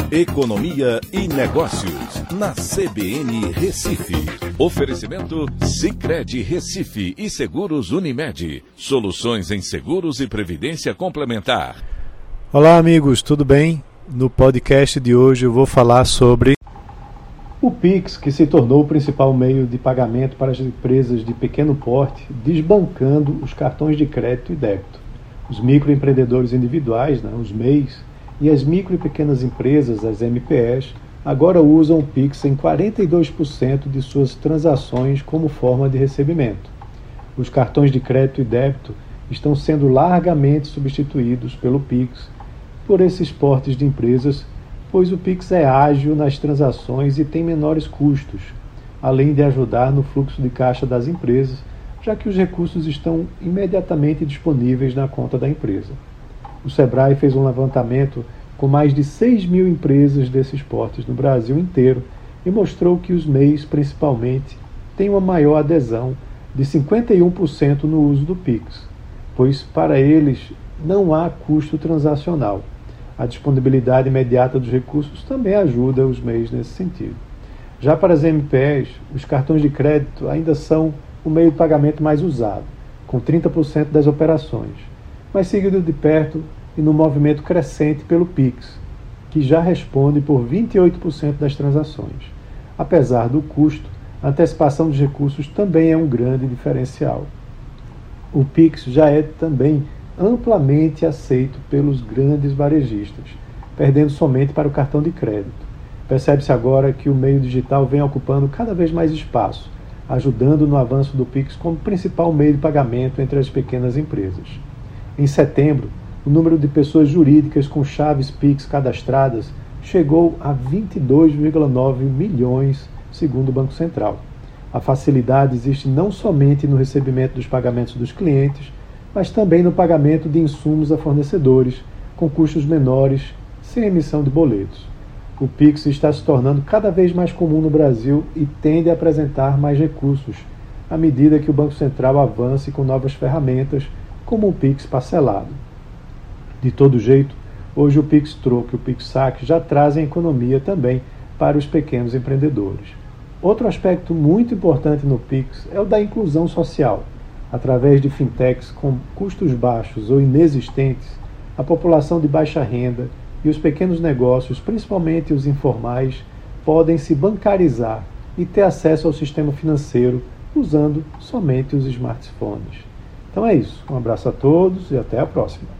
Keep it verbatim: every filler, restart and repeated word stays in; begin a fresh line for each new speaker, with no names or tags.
Economia e Negócios, na C B N Recife. Oferecimento Sicredi Recife e Seguros Unimed. Soluções em seguros e previdência complementar.
Olá amigos, tudo bem? No podcast de hoje eu vou falar sobre o Pix, que se tornou o principal meio de pagamento para as empresas de pequeno porte, desbancando os cartões de crédito e débito. Os microempreendedores individuais, né, os M E Is, e as micro e pequenas empresas, as M P Es, agora usam o Pix em quarenta e dois por cento de suas transações como forma de recebimento. Os cartões de crédito e débito estão sendo largamente substituídos pelo Pix por esses portes de empresas, pois o Pix é ágil nas transações e tem menores custos, além de ajudar no fluxo de caixa das empresas, já que os recursos estão imediatamente disponíveis na conta da empresa. O Sebrae fez um levantamento com mais de seis mil empresas desses portes no Brasil inteiro e mostrou que os M E Is, principalmente, têm uma maior adesão de cinquenta e um por cento no uso do Pix, pois para eles não há custo transacional. A disponibilidade imediata dos recursos também ajuda os M E Is nesse sentido. Já para as M P Es, os cartões de crédito ainda são o meio de pagamento mais usado, com trinta por cento das operações, mas seguido de perto e no movimento crescente pelo Pix, que já responde por vinte e oito por cento das transações. Apesar do custo, a antecipação dos recursos também é um grande diferencial. O Pix já é também amplamente aceito pelos grandes varejistas, perdendo somente para o cartão de crédito. Percebe-se agora que o meio digital vem ocupando cada vez mais espaço, ajudando no avanço do Pix como principal meio de pagamento entre as pequenas empresas. Em setembro, o número de pessoas jurídicas com chaves Pix cadastradas chegou a vinte e dois vírgula nove milhões, segundo o Banco Central. A facilidade existe não somente no recebimento dos pagamentos dos clientes, mas também no pagamento de insumos a fornecedores, com custos menores, sem emissão de boletos. O Pix está se tornando cada vez mais comum no Brasil e tende a apresentar mais recursos, à medida que o Banco Central avance com novas ferramentas, como o Pix parcelado. De todo jeito, hoje o Pix Troco e o Pix Saque já trazem economia também para os pequenos empreendedores. Outro aspecto muito importante no Pix é o da inclusão social. Através de fintechs com custos baixos ou inexistentes, a população de baixa renda e os pequenos negócios, principalmente os informais, podem se bancarizar e ter acesso ao sistema financeiro usando somente os smartphones. Então é isso. Um abraço a todos e até a próxima.